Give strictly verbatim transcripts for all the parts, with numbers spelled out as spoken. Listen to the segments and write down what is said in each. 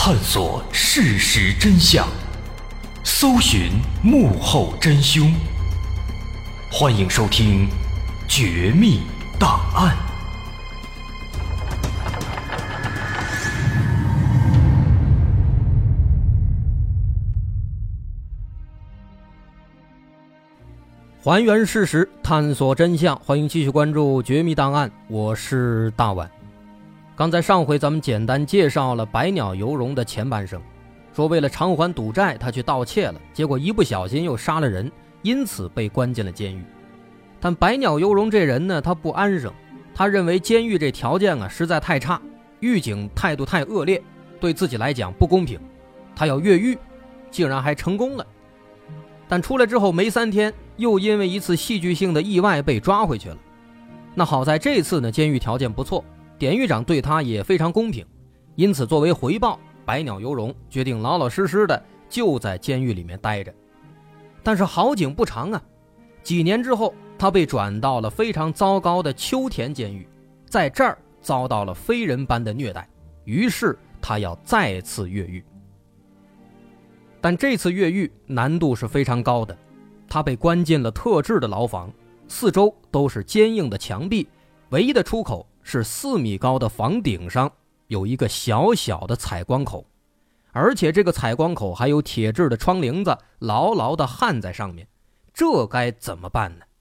探索事实真相，搜寻幕后真凶。欢迎收听《绝密档案》。 还原事实，探索真相，欢迎继续关注《绝密档案》，我是大碗。刚才上回咱们简单介绍了百鸟游荣的前半生，说为了偿还赌债他去盗窃了，结果一不小心又杀了人，因此被关进了监狱。但百鸟游荣这人呢，他不安生，他认为监狱这条件啊实在太差，狱警态度太恶劣，对自己来讲不公平，他要越狱，竟然还成功了。但出来之后没三天，又因为一次戏剧性的意外被抓回去了。那好在这次呢，监狱条件不错，典狱长对他也非常公平，因此作为回报，百鸟游荣决定老老实实的就在监狱里面待着。但是好景不长啊，几年之后他被转到了非常糟糕的秋田监狱，在这儿遭到了非人般的虐待，于是他要再次越狱。但这次越狱难度是非常高的，他被关进了特制的牢房，四周都是坚硬的墙壁，唯一的出口是四米高的房顶上有一个小小的采光口，而且这个采光口还有铁制的窗棂子牢牢地焊在上面，这该怎么办呢？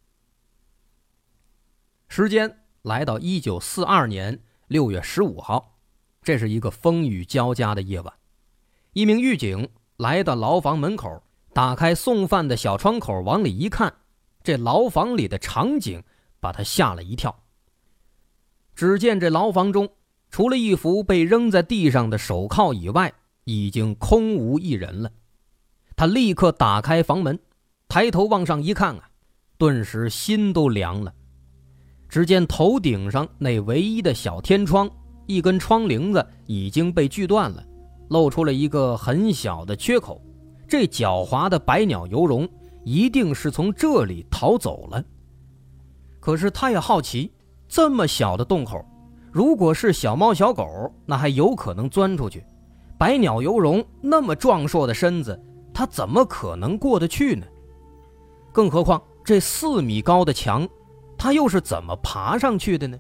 时间来到一九四二年六月十五号，这是一个风雨交加的夜晚，一名狱警来到牢房门口，打开送饭的小窗口往里一看，这牢房里的场景把他吓了一跳。只见这牢房中除了一副被扔在地上的手铐以外，已经空无一人了。他立刻打开房门，抬头往上一看啊，顿时心都凉了。只见头顶上那唯一的小天窗，一根窗棂子已经被锯断了，露出了一个很小的缺口，这狡猾的百鸟游荣一定是从这里逃走了。可是他也好奇，这么小的洞口，如果是小猫小狗，那还有可能钻出去，百鸟游荣那么壮硕的身子，他怎么可能过得去呢？更何况这四米高的墙，他又是怎么爬上去的呢？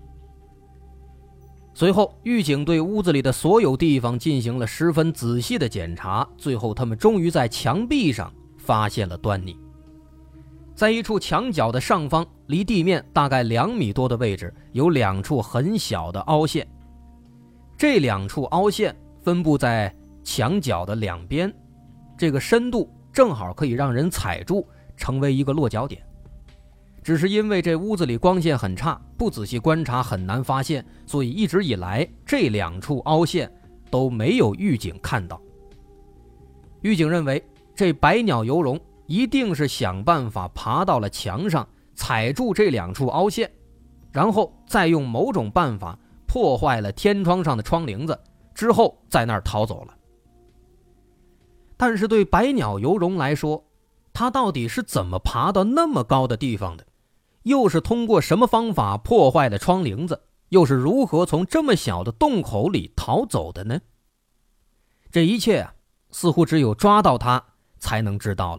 随后狱警对屋子里的所有地方进行了十分仔细的检查，最后他们终于在墙壁上发现了端倪。在一处墙角的上方，离地面大概两米多的位置，有两处很小的凹陷，这两处凹陷分布在墙角的两边，这个深度正好可以让人踩住，成为一个落脚点。只是因为这屋子里光线很差，不仔细观察很难发现，所以一直以来这两处凹陷都没有狱警看到。狱警认为这百鸟游荣一定是想办法爬到了墙上，踩住这两处凹陷，然后再用某种办法破坏了天窗上的窗棂子，之后在那儿逃走了。但是对百鸟游荣来说，他到底是怎么爬到那么高的地方的？又是通过什么方法破坏了窗棂子？又是如何从这么小的洞口里逃走的呢？这一切啊，似乎只有抓到他才能知道了。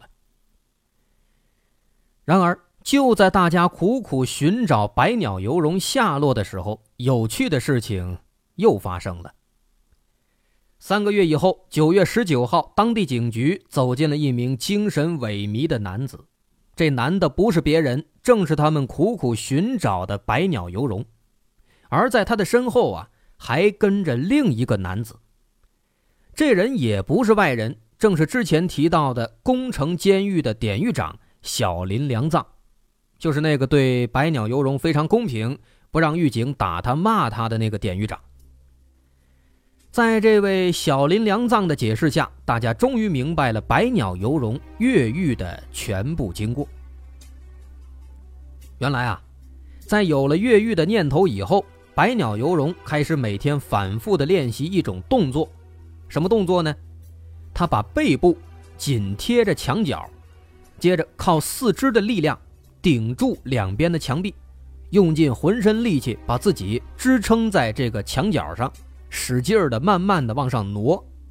然而就在大家苦苦寻找百鸟游荣下落的时候，有趣的事情又发生了。三个月以后，九月十九号，当地警局走进了一名精神萎靡的男子。这男的不是别人，正是他们苦苦寻找的百鸟游荣。而在他的身后啊，还跟着另一个男子。这人也不是外人，正是之前提到的宫城监狱的典狱长小林良藏，就是那个对百鸟游荣非常公平，不让狱警打他骂他的那个典狱长。在这位小林良藏的解释下，大家终于明白了百鸟游荣越狱的全部经过。原来啊，在有了越狱的念头以后，百鸟游荣开始每天反复的练习一种动作。什么动作呢？他把背部紧贴着墙角，接着靠四肢的力量顶住两边的墙壁，用尽浑身力气把自己支撑在这个墙角上，使劲的慢慢的往上挪，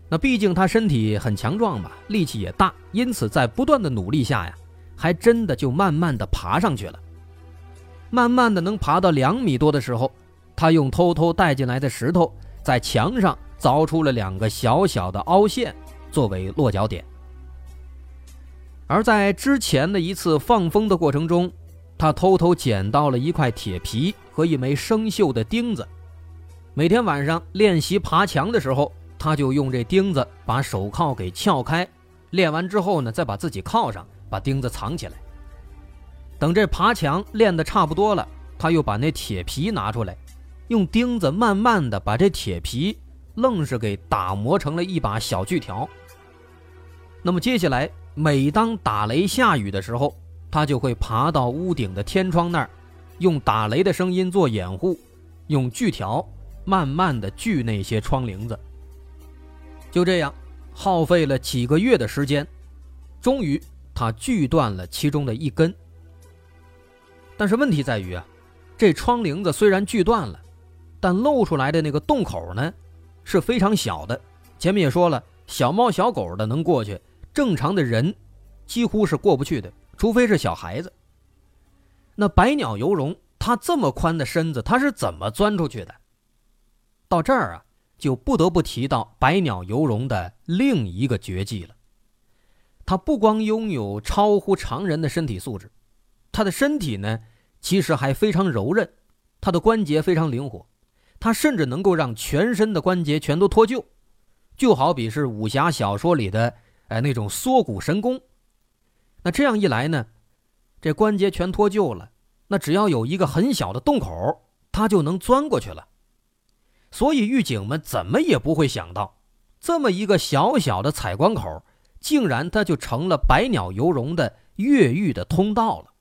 那毕竟他身体很强壮嘛，力气也大，因此在不断的努力下呀，还真的就慢慢的爬上去了。慢慢的能爬到两米多的时候，他用偷偷带进来的石头在墙上凿出了两个小小的凹陷作为落脚点。而在之前的一次放风的过程中，他偷偷捡到了一块铁皮和一枚生锈的钉子。每天晚上练习爬墙的时候，他就用这钉子把手铐给撬开，练完之后呢，再把自己铐上，把钉子藏起来。等这爬墙练得差不多了，他又把那铁皮拿出来，用钉子慢慢的把这铁皮愣是给打磨成了一把小锯条。那么接下来每当打雷下雨的时候，他就会爬到屋顶的天窗那儿，用打雷的声音做掩护，用锯条慢慢的锯那些窗棂子。就这样耗费了几个月的时间，终于他锯断了其中的一根。但是问题在于啊，这窗棂子虽然锯断了，但露出来的那个洞口呢是非常小的。前面也说了，小猫小狗的能过去，正常的人几乎是过不去的，除非是小孩子。那百鸟游龙它这么宽的身子，它是怎么钻出去的？到这儿啊，就不得不提到百鸟游龙的另一个绝技了。它不光拥有超乎常人的身体素质，它的身体呢其实还非常柔韧，它的关节非常灵活，它甚至能够让全身的关节全都脱臼，就好比是武侠小说里的呃那种缩骨神功。那这样一来呢，这关节全脱臼了，那只要有一个很小的洞口，它就能钻过去了。所以狱警们怎么也不会想到，这么一个小小的采光口，竟然它就成了百鸟游龙的越狱的通道了。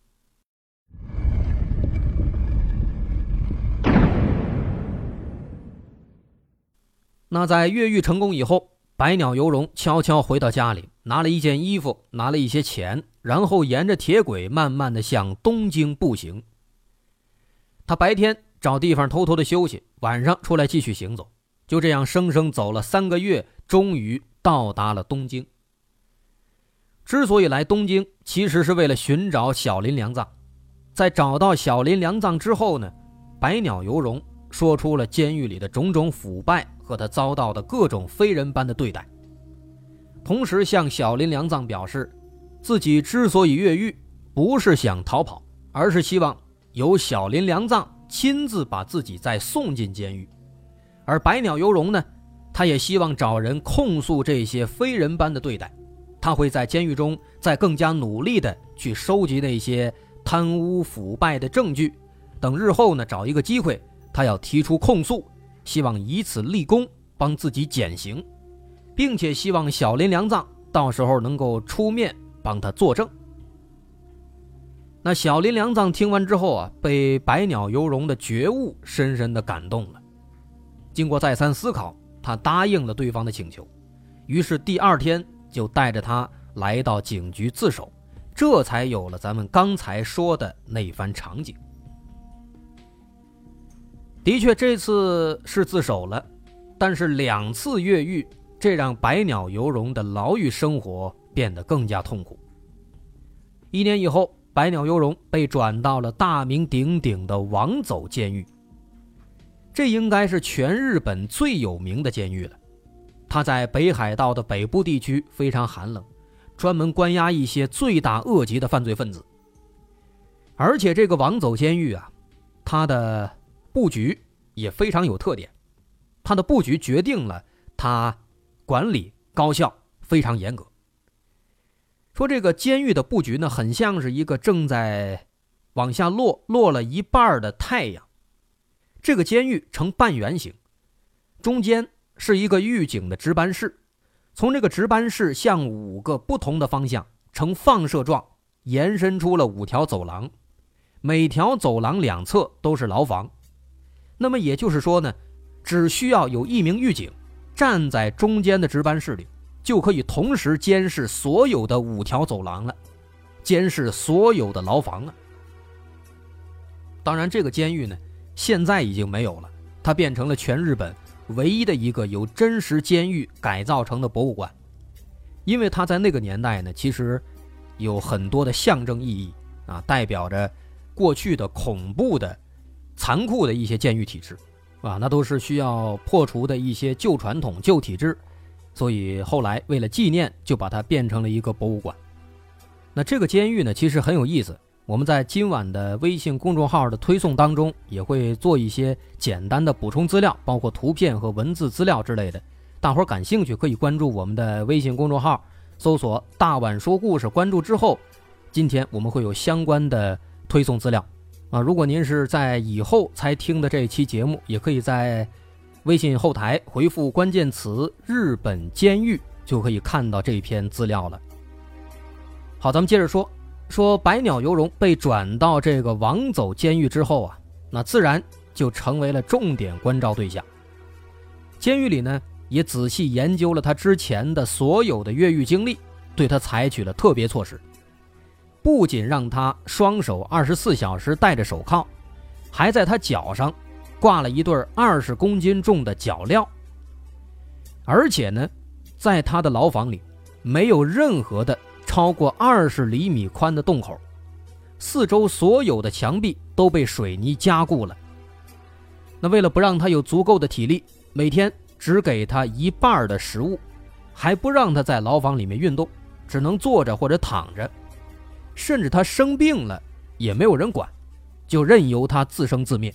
那在越狱成功以后，百鸟游龙悄悄回到家里，拿了一件衣服，拿了一些钱，然后沿着铁轨慢慢的向东京步行。他白天找地方偷偷的休息，晚上出来继续行走，就这样生生走了三个月，终于到达了东京。之所以来东京，其实是为了寻找小林良藏。在找到小林良藏之后呢，百鸟游龙说出了监狱里的种种腐败和他遭到的各种非人般的对待，同时向小林良藏表示，自己之所以越狱，不是想逃跑，而是希望由小林良藏亲自把自己再送进监狱。而百鸟游龙呢，他也希望找人控诉这些非人般的对待，他会在监狱中再更加努力的去收集那些贪污腐败的证据，等日后呢找一个机会，他要提出控诉，希望以此立功，帮自己减刑，并且希望小林良藏到时候能够出面帮他作证。那小林良藏听完之后啊，被百鸟游龙的觉悟深深的感动了。经过再三思考，他答应了对方的请求，于是第二天就带着他来到警局自首，这才有了咱们刚才说的那番场景。的确这次是自首了，但是两次越狱，这让百鸟游龙的牢狱生活变得更加痛苦。一年以后，百鸟游龙被转到了大名鼎鼎的王走监狱，这应该是全日本最有名的监狱了。它在北海道的北部地区非常寒冷，专门关押一些罪大恶极的犯罪分子。而且这个王走监狱啊，它的布局也非常有特点，它的布局决定了它管理高效，非常严格。说这个监狱的布局呢，很像是一个正在往下落落了一半的太阳。这个监狱呈半圆形，中间是一个狱警的值班室，从这个值班室向五个不同的方向呈放射状延伸出了五条走廊，每条走廊两侧都是牢房。那么也就是说呢，只需要有一名狱警站在中间的值班室里，就可以同时监视所有的五条走廊了，监视所有的牢房了。当然这个监狱呢，现在已经没有了，它变成了全日本唯一的一个由真实监狱改造成的博物馆。因为它在那个年代呢，其实有很多的象征意义啊，代表着过去的恐怖的、残酷的一些监狱体制啊，那都是需要破除的一些旧传统、旧体制，所以后来为了纪念，就把它变成了一个博物馆。那这个监狱呢，其实很有意思，我们在今晚的微信公众号的推送当中也会做一些简单的补充资料，包括图片和文字资料之类的，大伙儿感兴趣可以关注我们的微信公众号，搜索大碗说故事，关注之后，今天我们会有相关的推送资料啊。如果您是在以后才听的这一期节目，也可以在微信后台回复关键词日本监狱，就可以看到这篇资料了。好，咱们接着说说百鸟游荣被转到这个王走监狱之后啊，那自然就成为了重点关照对象。监狱里呢，也仔细研究了他之前的所有的越狱经历，对他采取了特别措施，不仅让他双手二十四小时戴着手铐，还在他脚上挂了一对二十公斤重的脚镣。而且呢，在他的牢房里没有任何的超过二十厘米宽的洞口，四周所有的墙壁都被水泥加固了。那为了不让他有足够的体力，每天只给他一半的食物，还不让他在牢房里面运动，只能坐着或者躺着，甚至他生病了也没有人管，就任由他自生自灭。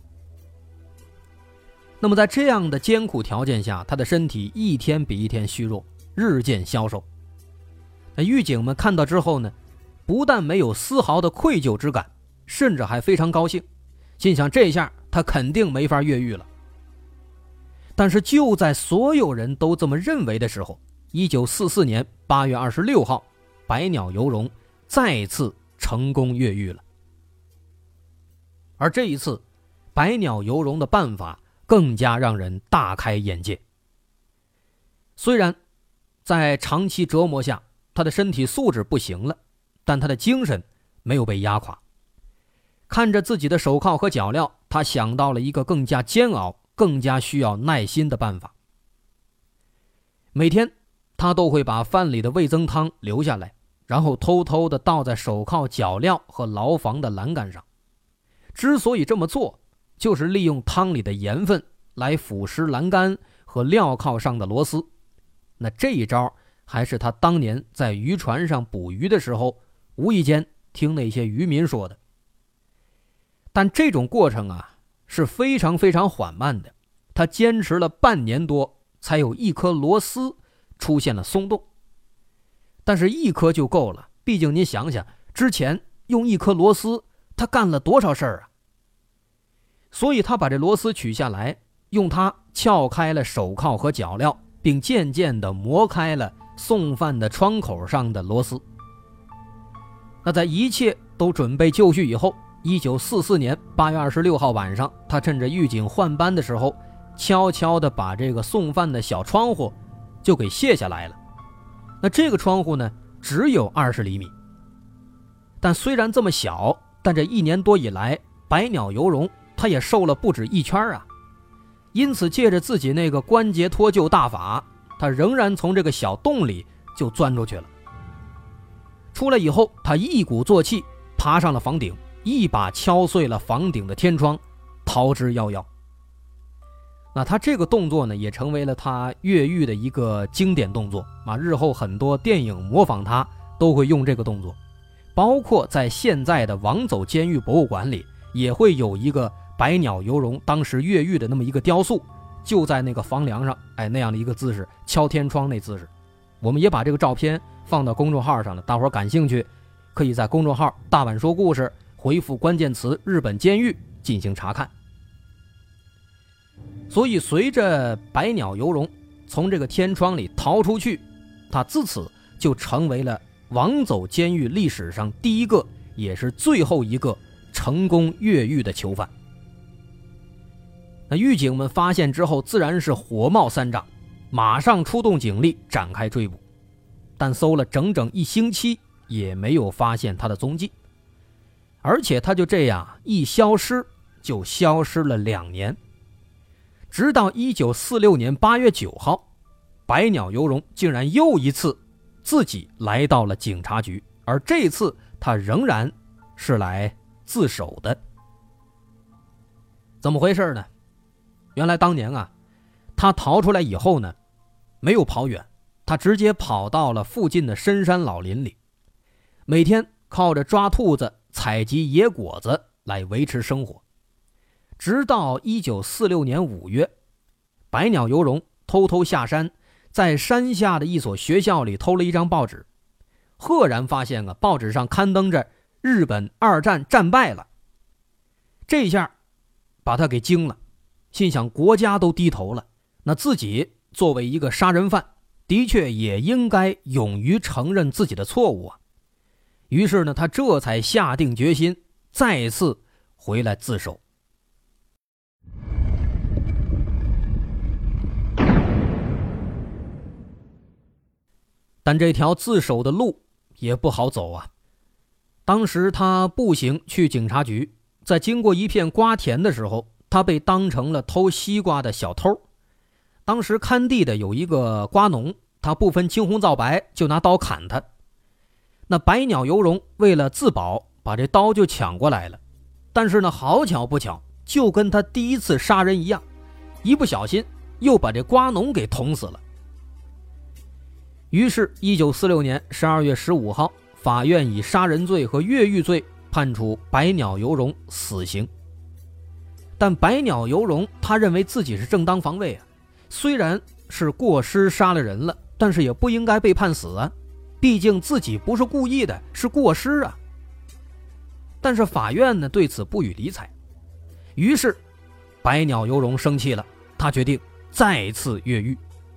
那么在这样的艰苦条件下，他的身体一天比一天虚弱，日渐消瘦。那狱警们看到之后呢，不但没有丝毫的愧疚之感，甚至还非常高兴，心想这下他肯定没法越狱了。但是就在所有人都这么认为的时候，一九四四年八月二十六号，百鸟游荣再次成功越狱了。而这一次，百鸟游荣的办法更加让人大开眼界。虽然在长期折磨下，他的身体素质不行了，但他的精神没有被压垮。看着自己的手铐和脚镣，他想到了一个更加煎熬、更加需要耐心的办法。每天他都会把饭里的味增汤留下来，然后偷偷地倒在手铐、脚镣和牢房的栏杆上。之所以这么做，就是利用汤里的盐分来腐蚀栏杆和镣铐上的螺丝。那这一招还是他当年在渔船上捕鱼的时候无意间听那些渔民说的。但这种过程啊是非常非常缓慢的，他坚持了半年多才有一颗螺丝出现了松动。但是一颗就够了，毕竟您想想，之前用一颗螺丝他干了多少事儿啊。所以他把这螺丝取下来，用它撬开了手铐和脚镣，并渐渐地磨开了送饭的窗口上的螺丝。那在一切都准备就绪以后，一九四四年八月二十六号晚上，他趁着狱警换班的时候，悄悄地把这个送饭的小窗户就给卸下来了。那这个窗户呢，只有二十厘米，但虽然这么小，但这一年多以来，百鸟游荣他也瘦了不止一圈啊。因此借着自己那个关节脱臼大法，他仍然从这个小洞里就钻出去了。出来以后，他一鼓作气爬上了房顶，一把敲碎了房顶的天窗，逃之夭夭。那他这个动作呢，也成为了他越狱的一个经典动作啊！日后很多电影模仿他都会用这个动作，包括在现在的王走监狱博物馆里也会有一个百鸟游荣当时越狱的那么一个雕塑，就在那个房梁上，哎，那样的一个姿势，敲天窗那姿势。我们也把这个照片放到公众号上了，大伙儿感兴趣可以在公众号大碗说故事回复关键词日本监狱进行查看。所以随着百鸟游荣从这个天窗里逃出去，他自此就成为了王走监狱历史上第一个也是最后一个成功越狱的囚犯。那狱警们发现之后自然是火冒三丈，马上出动警力展开追捕，但搜了整整一星期也没有发现他的踪迹，而且他就这样一消失就消失了两年。 直到一九四六年八月九号，百鸟游荣竟然又一次自己来到了警察局，而这次他仍然是来自首的。怎么回事呢？原来当年啊，他逃出来以后呢，没有跑远，他直接跑到了附近的深山老林里，每天靠着抓兔子、采集野果子来维持生活。直到一九四六年五月，百鸟游荣偷偷下山，在山下的一所学校里偷了一张报纸，赫然发现啊，报纸上刊登着日本二战战败了。这下把他给惊了，心想国家都低头了，那自己作为一个杀人犯，的确也应该勇于承认自己的错误啊。于是呢，他这才下定决心再次回来自首。但这条自首的路也不好走啊。当时他步行去警察局，在经过一片瓜田的时候，他被当成了偷西瓜的小偷。当时看地的有一个瓜农，他不分青红皂白就拿刀砍他。那百鸟游荣为了自保，把这刀就抢过来了。但是呢，好巧不巧，就跟他第一次杀人一样，一不小心又把这瓜农给捅死了。于是一九四六年十二月十五号，法院以杀人罪和越狱罪判处百鸟游荣死刑。但百鸟游荣他认为自己是正当防卫啊，虽然是过失杀了人了，但是也不应该被判死啊，毕竟自己不是故意的，是过失啊。但是法院呢对此不予理睬，于是百鸟游荣生气了，他决定再次越狱。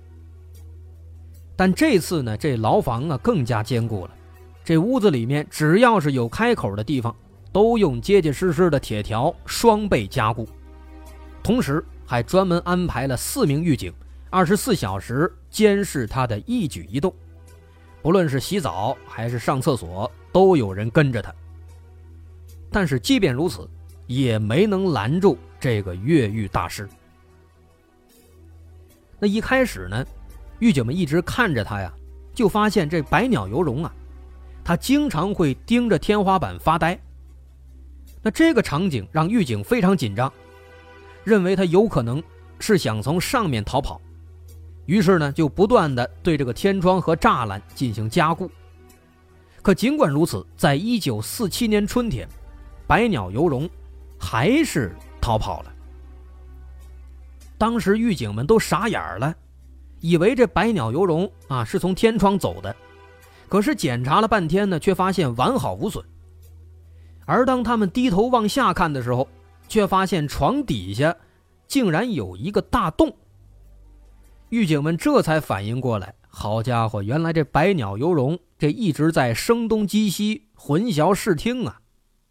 但这次呢，这牢房啊更加坚固了，这屋子里面只要是有开口的地方，都用结结实实的铁条双倍加固，同时还专门安排了四名狱警，二十四小时监视他的一举一动，不论是洗澡还是上厕所，都有人跟着他。但是即便如此，也没能拦住这个越狱大师。那一开始呢，狱警们一直看着他呀，就发现这百鸟游荣啊，他经常会盯着天花板发呆。那这个场景让狱警非常紧张，认为他有可能是想从上面逃跑，于是呢就不断的对这个天窗和栅栏进行加固。可尽管如此，在一九四七年春天，百鸟游荣还是逃跑了。当时狱警们都傻眼了，以为这百鸟游荣啊是从天窗走的，可是检查了半天呢，却发现完好无损。而当他们低头往下看的时候，却发现床底下竟然有一个大洞。狱警们这才反应过来，好家伙，原来这百鸟游荣这一直在声东击西，混淆视听啊。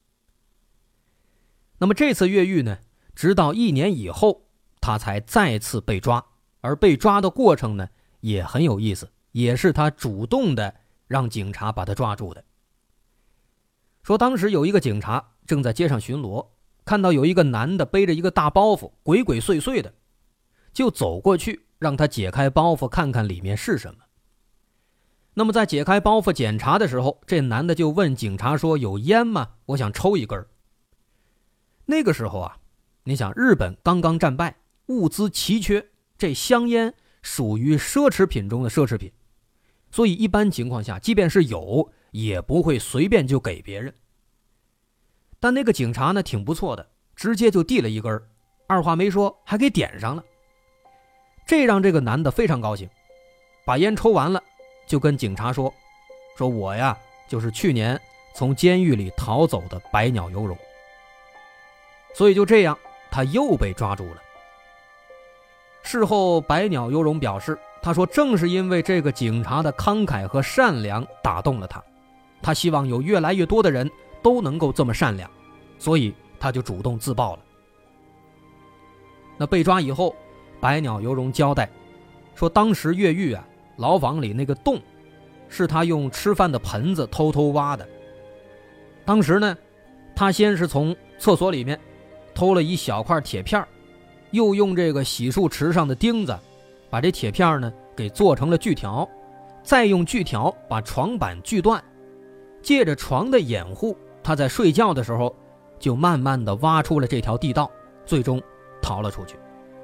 那么这次越狱呢，直到一年以后他才再次被抓，而被抓的过程呢也很有意思，也是他主动的让警察把他抓住的。说当时有一个警察正在街上巡逻，看到有一个男的背着一个大包袱，鬼鬼祟祟的，就走过去让他解开包袱看看里面是什么。那么在解开包袱检查的时候，这男的就问警察说，有烟吗？我想抽一根。那个时候啊，你想日本刚刚战败，物资奇缺，这香烟属于奢侈品中的奢侈品，所以一般情况下即便是有也不会随便就给别人。但那个警察呢挺不错的，直接就递了一根，二话没说还给点上了。这让这个男的非常高兴，把烟抽完了就跟警察说，说我呀就是去年从监狱里逃走的百鸟游荣。所以就这样他又被抓住了。事后百鸟游荣表示，他说正是因为这个警察的慷慨和善良打动了他，他希望有越来越多的人都能够这么善良，所以他就主动自爆了。那被抓以后，百鸟游荣交代说，当时越狱啊，牢房里那个洞是他用吃饭的盆子偷偷挖的。当时呢，他先是从厕所里面偷了一小块铁片， 又用这个洗漱池上的钉子把这铁片呢给做成了锯条，再用锯条把床板锯断，借着床的掩护，他在睡觉的时候就慢慢的挖出了这条地道，最终逃了出去。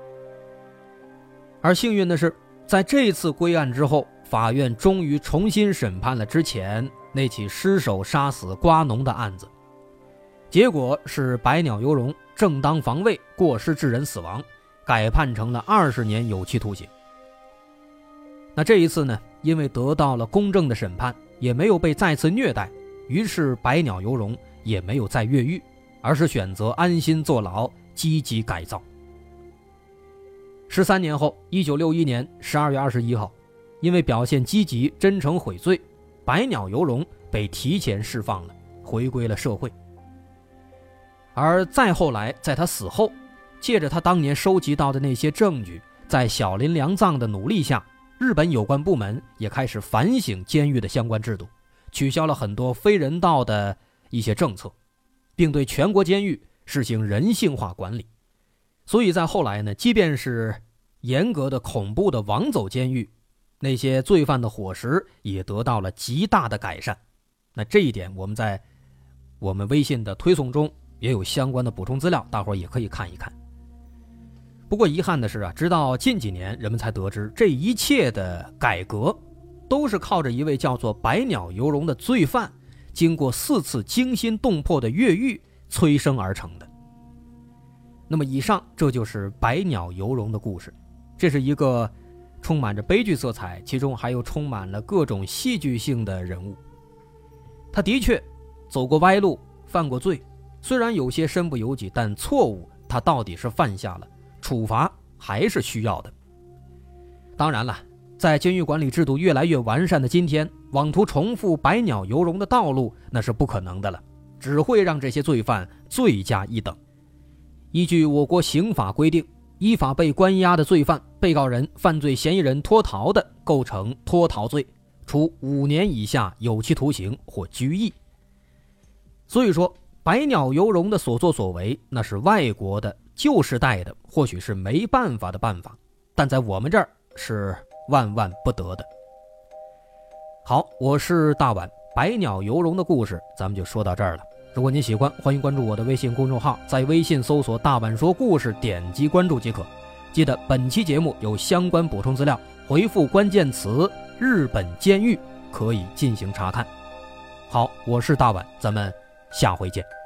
而幸运的是，在这次归案之后，法院终于重新审判了之前那起失手杀死瓜农的案子，结果是百鸟游荣正当防卫过失致人死亡，改判成了二十年有期徒刑。那这一次呢，因为得到了公正的审判，也没有被再次虐待，于是百鸟游荣也没有再越狱，而是选择安心坐牢，积极改造。十三年后，一九六一年十二月二十一号，因为表现积极、真诚悔罪，百鸟游荣被提前释放了，回归了社会。而再后来，在他死后，借着他当年收集到的那些证据，在小林良藏的努力下，日本有关部门也开始反省监狱的相关制度，取消了很多非人道的一些政策，并对全国监狱实行人性化管理。所以在后来呢，即便是严格的恐怖的王走监狱，那些罪犯的伙食也得到了极大的改善。那这一点我们在我们微信的推送中也有相关的补充资料，大伙儿也可以看一看。不过遗憾的是啊，直到近几年人们才得知，这一切的改革都是靠着一位叫做百鸟游荣的罪犯经过四次惊心动魄的越狱催生而成的。那么以上这就是百鸟游荣的故事，这是一个充满着悲剧色彩，其中还有充满了各种戏剧性的人物。他的确走过歪路，犯过罪，虽然有些身不由己，但错误他到底是犯下了，处罚还是需要的。当然了，在监狱管理制度越来越完善的今天，妄图重复百鸟游荣的道路那是不可能的了，只会让这些罪犯罪加一等。依据我国刑法规定，依法被关押的罪犯，被告人、犯罪嫌疑人脱逃的，构成脱逃罪，处五年以下有期徒刑或拘役。所以说，百鸟游荣的所作所为，那是外国的旧时代的，或许是没办法的办法，但在我们这儿是万万不得的。好，我是大碗，百鸟游荣的故事咱们就说到这儿了。如果您喜欢，欢迎关注我的微信公众号，在微信搜索大碗说故事，点击关注即可。记得本期节目有相关补充资料，回复关键词日本监狱可以进行查看。好，我是大碗，咱们下回见。